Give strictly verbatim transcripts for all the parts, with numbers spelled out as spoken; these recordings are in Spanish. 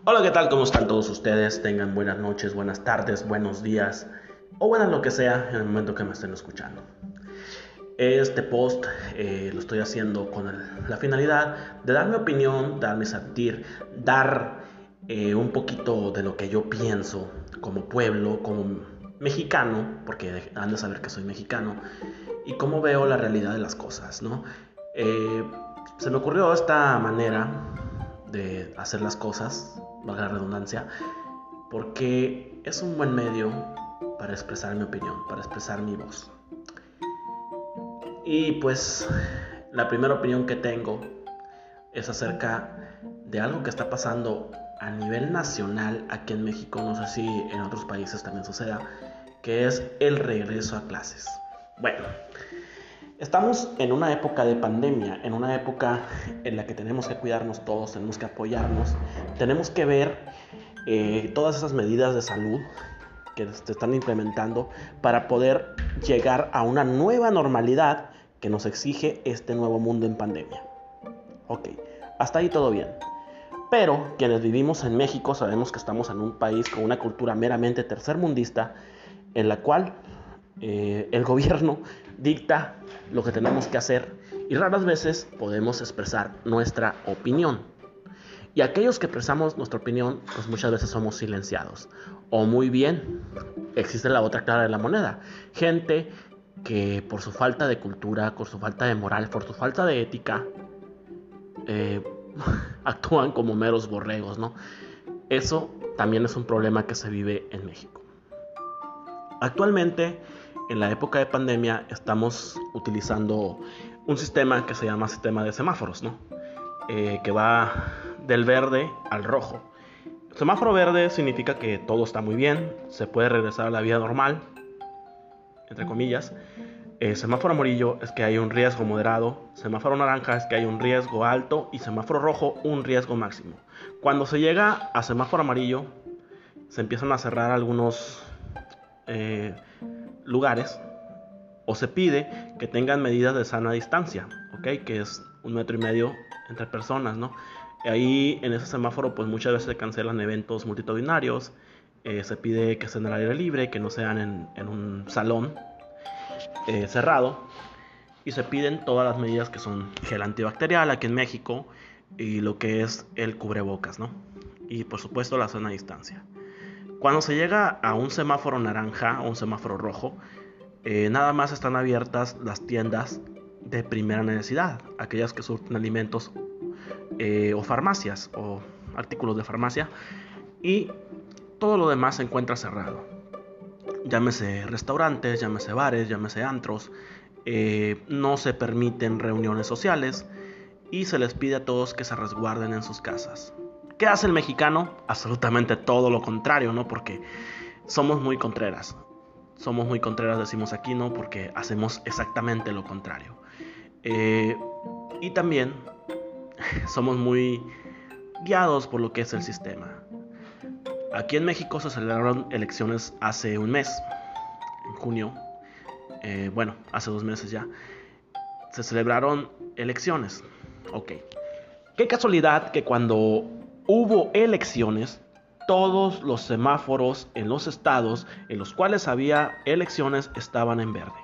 Hola, ¿qué tal? ¿Cómo están todos ustedes? Tengan buenas noches, buenas tardes, buenos días o buenas lo que sea en el momento que me estén escuchando. Este post eh, lo estoy haciendo con el, la finalidad de dar mi opinión, dar mi sentir, dar eh, un poquito de lo que yo pienso como pueblo, como mexicano, porque han de saber que soy mexicano, y cómo veo la realidad de las cosas, ¿no? Eh, se me ocurrió esta manera de hacer las cosas, valga la redundancia, porque es un buen medio para expresar mi opinión, para expresar mi voz. Y pues la primera opinión que tengo es acerca de algo que está pasando a nivel nacional aquí en México, no sé si en otros países también suceda, que es el regreso a clases. Bueno, estamos en una época de pandemia, en una época en la que tenemos que cuidarnos todos, tenemos que apoyarnos, tenemos que ver eh, todas esas medidas de salud que se están implementando para poder llegar a una nueva normalidad que nos exige este nuevo mundo en pandemia. Ok, hasta ahí todo bien. Pero quienes vivimos en México sabemos que estamos en un país con una cultura meramente tercermundista en la cual eh, el gobierno dicta lo que tenemos que hacer y raras veces podemos expresar nuestra opinión. Y aquellos que expresamos nuestra opinión, pues muchas veces somos silenciados. O muy bien, existe la otra cara de la moneda. Gente que por su falta de cultura, por su falta de moral, por su falta de ética, eh, actúan como meros borregos, ¿no? Eso también es un problema que se vive en México. Actualmente, en la época de pandemia, estamos utilizando un sistema que se llama sistema de semáforos, ¿no? Eh, que va del verde al rojo. El semáforo verde significa que todo está muy bien, se puede regresar a la vida normal, entre comillas. El semáforo amarillo es que hay un riesgo moderado, semáforo naranja es que hay un riesgo alto y semáforo rojo un riesgo máximo. Cuando se llega a semáforo amarillo, se empiezan a cerrar algunos eh, lugares o se pide que tengan medidas de sana distancia, ¿ok? Que es un metro y medio entre personas, ¿no? Ahí en ese semáforo pues muchas veces se cancelan eventos multitudinarios, eh, se pide que estén al aire libre, que no sean en, en un salón eh, cerrado, y se piden todas las medidas que son gel antibacterial aquí en México y lo que es el cubrebocas, ¿no? Y por supuesto la sana distancia. Cuando se llega a un semáforo naranja o un semáforo rojo, eh, nada más están abiertas las tiendas de primera necesidad, aquellas que surten alimentos eh, o farmacias o artículos de farmacia, y todo lo demás se encuentra cerrado. Llámese restaurantes, llámese bares, llámese antros, eh, no se permiten reuniones sociales y se les pide a todos que se resguarden en sus casas. ¿Qué hace el mexicano? Absolutamente todo lo contrario, ¿no? Porque somos muy contreras. Somos muy contreras, decimos aquí, ¿no? Porque hacemos exactamente lo contrario. Eh, y también somos muy guiados por lo que es el sistema. Aquí en México se celebraron elecciones hace un mes, en junio, eh, bueno, hace dos meses ya, se celebraron elecciones. Ok. Qué casualidad que cuando hubo elecciones, todos los semáforos en los estados en los cuales había elecciones estaban en verde.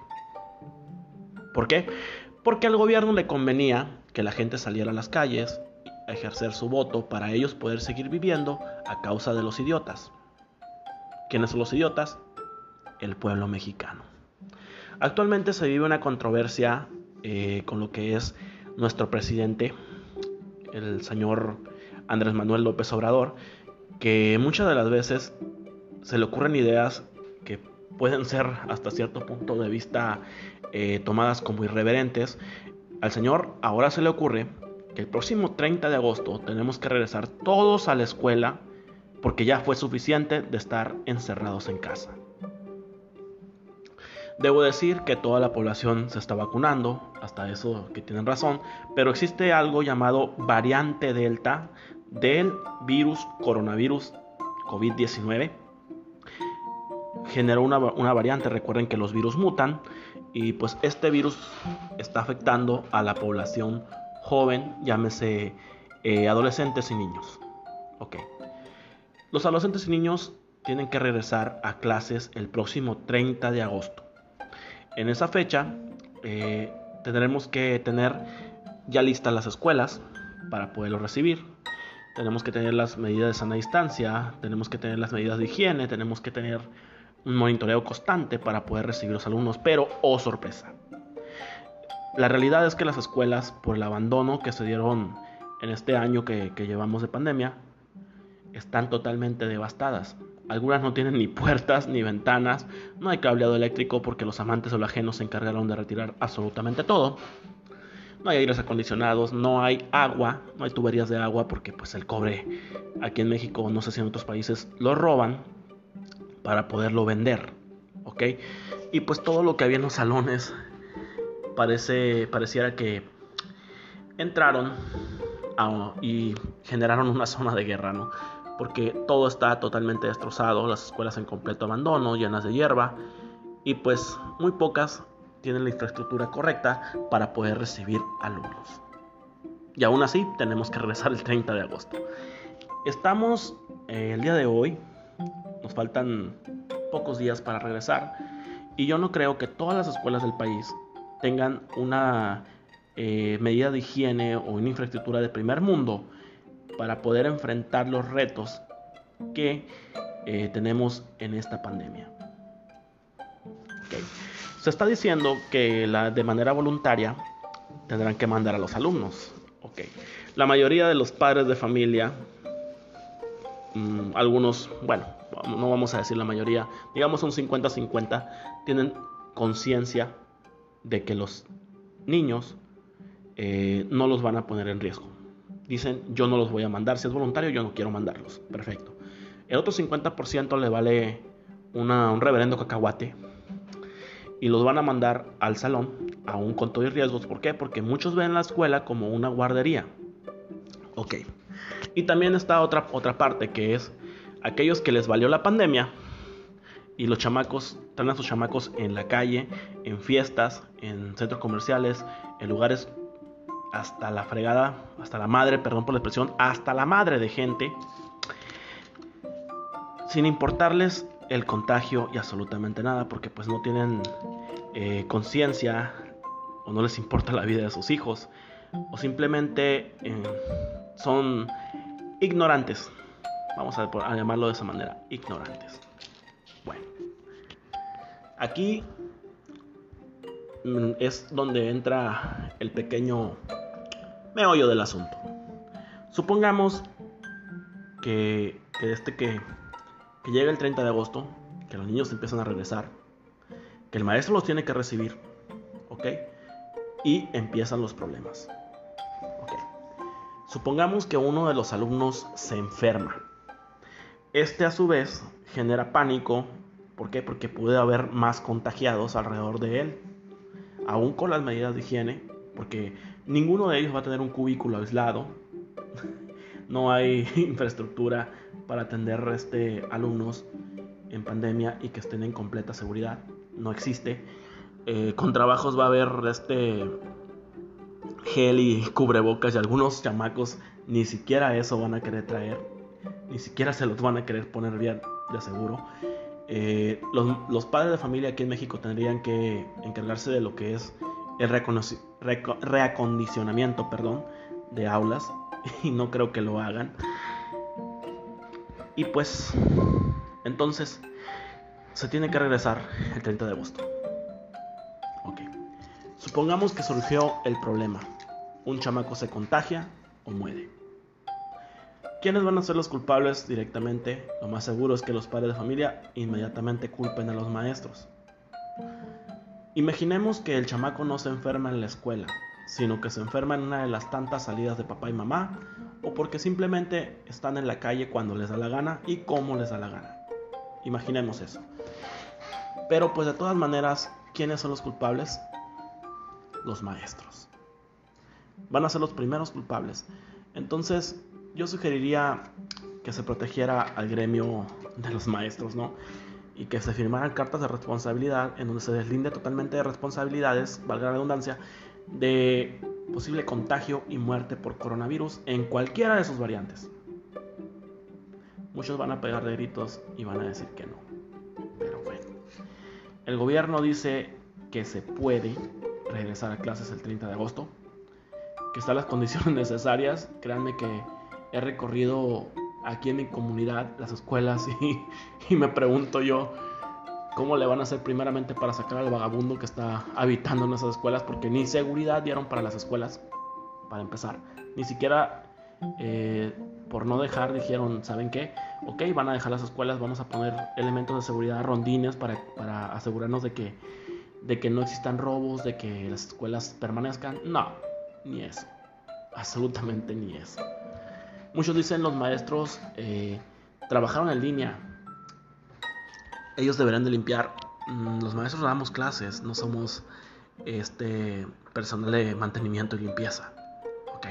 ¿Por qué? Porque al gobierno le convenía que la gente saliera a las calles a ejercer su voto para ellos poder seguir viviendo a causa de los idiotas. ¿Quiénes son los idiotas? El pueblo mexicano. Actualmente se vive una controversia eh, con lo que es nuestro presidente, el señor Andrés Manuel López Obrador, que muchas de las veces se le ocurren ideas que pueden ser hasta cierto punto de vista eh, tomadas como irreverentes. Al señor ahora se le ocurre que el próximo treinta de agosto tenemos que regresar todos a la escuela porque ya fue suficiente de estar encerrados en casa. Debo decir que toda la población se está vacunando, hasta eso que tienen razón, pero existe algo llamado variante Delta del virus coronavirus covid diecinueve. Generó una, una variante, recuerden que los virus mutan, y pues este virus está afectando a la población joven, llámese eh, adolescentes y niños. Ok. Los adolescentes y niños tienen que regresar a clases el próximo treinta de agosto. En esa fecha eh, tendremos que tener ya listas las escuelas para poderlos recibir. Tenemos que tener las medidas de sana distancia, tenemos que tener las medidas de higiene, tenemos que tener un monitoreo constante para poder recibir a los alumnos, pero oh sorpresa. La realidad es que las escuelas, por el abandono que se dieron en este año que, que llevamos de pandemia, están totalmente devastadas. Algunas no tienen ni puertas ni ventanas, no hay cableado eléctrico porque los amantes de lo ajeno se encargaron de retirar absolutamente todo. No hay aires acondicionados, no hay agua, no hay tuberías de agua porque pues el cobre aquí en México, no sé si en otros países, lo roban para poderlo vender, ¿ok? Y pues todo lo que había en los salones parece, pareciera que entraron a, y generaron una zona de guerra, ¿no? Porque todo está totalmente destrozado, las escuelas en completo abandono, llenas de hierba, y pues muy pocas tienen la infraestructura correcta para poder recibir alumnos. Y aún así tenemos que regresar el treinta de agosto. Estamos eh, el día de hoy, nos faltan pocos días para regresar, y yo no creo que todas las escuelas del país tengan una eh, medida de higiene o una infraestructura de primer mundo para poder enfrentar los retos que eh, tenemos en esta pandemia. Okay. Se está diciendo que la, de manera voluntaria tendrán que mandar a los alumnos. Okay. La mayoría de los padres de familia, mmm, algunos, bueno, no vamos a decir la mayoría, digamos un cincuenta cincuenta, tienen conciencia de que los niños eh, no los van a poner en riesgo. Dicen, yo no los voy a mandar, si es voluntario yo no quiero mandarlos. Perfecto. El otro cincuenta por ciento le vale una, un reverendo cacahuate y los van a mandar al salón, aún con todo y riesgos. ¿Por qué? Porque muchos ven la escuela como una guardería. Ok. Y también está otra, otra parte, que es aquellos que les valió la pandemia y los chamacos, traen a sus chamacos en la calle, en fiestas, en centros comerciales, en lugares hasta la fregada, hasta la madre, perdón por la expresión, hasta la madre de gente, sin importarles el contagio y absolutamente nada, porque pues no tienen eh, conciencia o no les importa la vida de sus hijos, o simplemente eh, son ignorantes, vamos a, a llamarlo de esa manera, ignorantes. Bueno, aquí mm, es donde entra el pequeño meollo del asunto. Supongamos que, que desde que, que llega el treinta de agosto, que los niños empiezan a regresar, que el maestro los tiene que recibir, ¿ok? Y empiezan los problemas, ¿ok? Supongamos que uno de los alumnos se enferma. Este a su vez genera pánico. ¿Por qué? Porque puede haber más contagiados alrededor de él, aún con las medidas de higiene, porque ninguno de ellos va a tener un cubículo aislado. No hay infraestructura para atender este, alumnos en pandemia y que estén en completa seguridad. No existe. Eh, con trabajos va a haber este gel y cubrebocas, y algunos chamacos ni siquiera eso van a querer traer. Ni siquiera se los van a querer poner bien, de seguro. Eh, los, los padres de familia aquí en México tendrían que encargarse de lo que es el reconoci- reco- reacondicionamiento perdón, de aulas, y no creo que lo hagan. Y pues entonces se tiene que regresar el treinta de agosto. Ok. Supongamos que surgió el problema. Un chamaco se contagia o muere. ¿Quiénes van a ser los culpables directamente? Lo más seguro es que los padres de familia inmediatamente culpen a los maestros. Imaginemos que el chamaco no se enferma en la escuela, sino que se enferma en una de las tantas salidas de papá y mamá, o porque simplemente están en la calle cuando les da la gana y como les da la gana. Imaginemos eso. Pero pues de todas maneras, ¿quiénes son los culpables? Los maestros. Van a ser los primeros culpables. Entonces, yo sugeriría que se protegiera al gremio de los maestros, ¿no? Y que se firmaran cartas de responsabilidad en donde se deslinde totalmente de responsabilidades, valga la redundancia, de posible contagio y muerte por coronavirus en cualquiera de sus variantes. muchos van a pegar de gritos y van a decir que no. Pero bueno, el gobierno dice que se puede regresar a clases el treinta de agosto, que están las condiciones necesarias. Créanme que he recorrido aquí en mi comunidad las escuelas y, y me pregunto yo cómo le van a hacer primeramente para sacar al vagabundo que está habitando en esas escuelas, porque ni seguridad dieron para las escuelas, para empezar. Ni siquiera eh, por no dejar dijeron, ¿saben qué? Ok, van a dejar las escuelas, vamos a poner elementos de seguridad, rondines, para, para asegurarnos de que, de que no existan robos, de que las escuelas permanezcan. No, ni eso. Absolutamente ni eso. Muchos dicen los maestros eh, trabajaron en línea. Ellos deberán de limpiar. Los maestros damos clases, no somos este personal de mantenimiento y limpieza. Ok.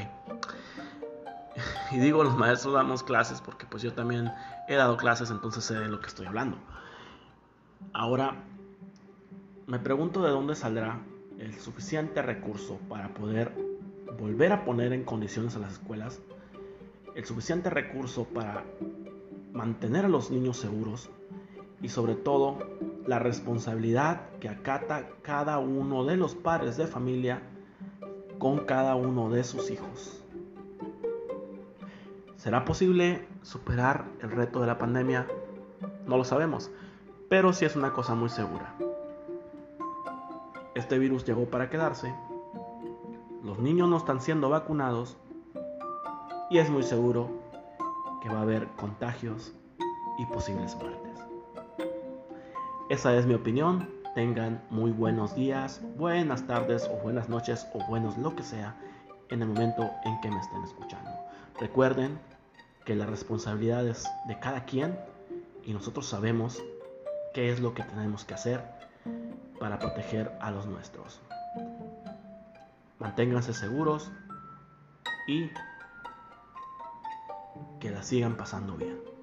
Y digo los maestros damos clases porque pues yo también he dado clases, entonces sé de lo que estoy hablando. Ahora, me pregunto de dónde saldrá el suficiente recurso para poder volver a poner en condiciones a las escuelas, el suficiente recurso para mantener a los niños seguros y sobre todo la responsabilidad que acata cada uno de los padres de familia con cada uno de sus hijos. ¿Será posible superar el reto de la pandemia? No lo sabemos, pero sí es una cosa muy segura. Este virus llegó para quedarse, los niños no están siendo vacunados y es muy seguro que va a haber contagios y posibles muertes. Esa es mi opinión. Tengan muy buenos días, buenas tardes o buenas noches o buenos lo que sea en el momento en que me estén escuchando. Recuerden que la responsabilidad es de cada quien y nosotros sabemos qué es lo que tenemos que hacer para proteger a los nuestros. Manténganse seguros y que la sigan pasando bien.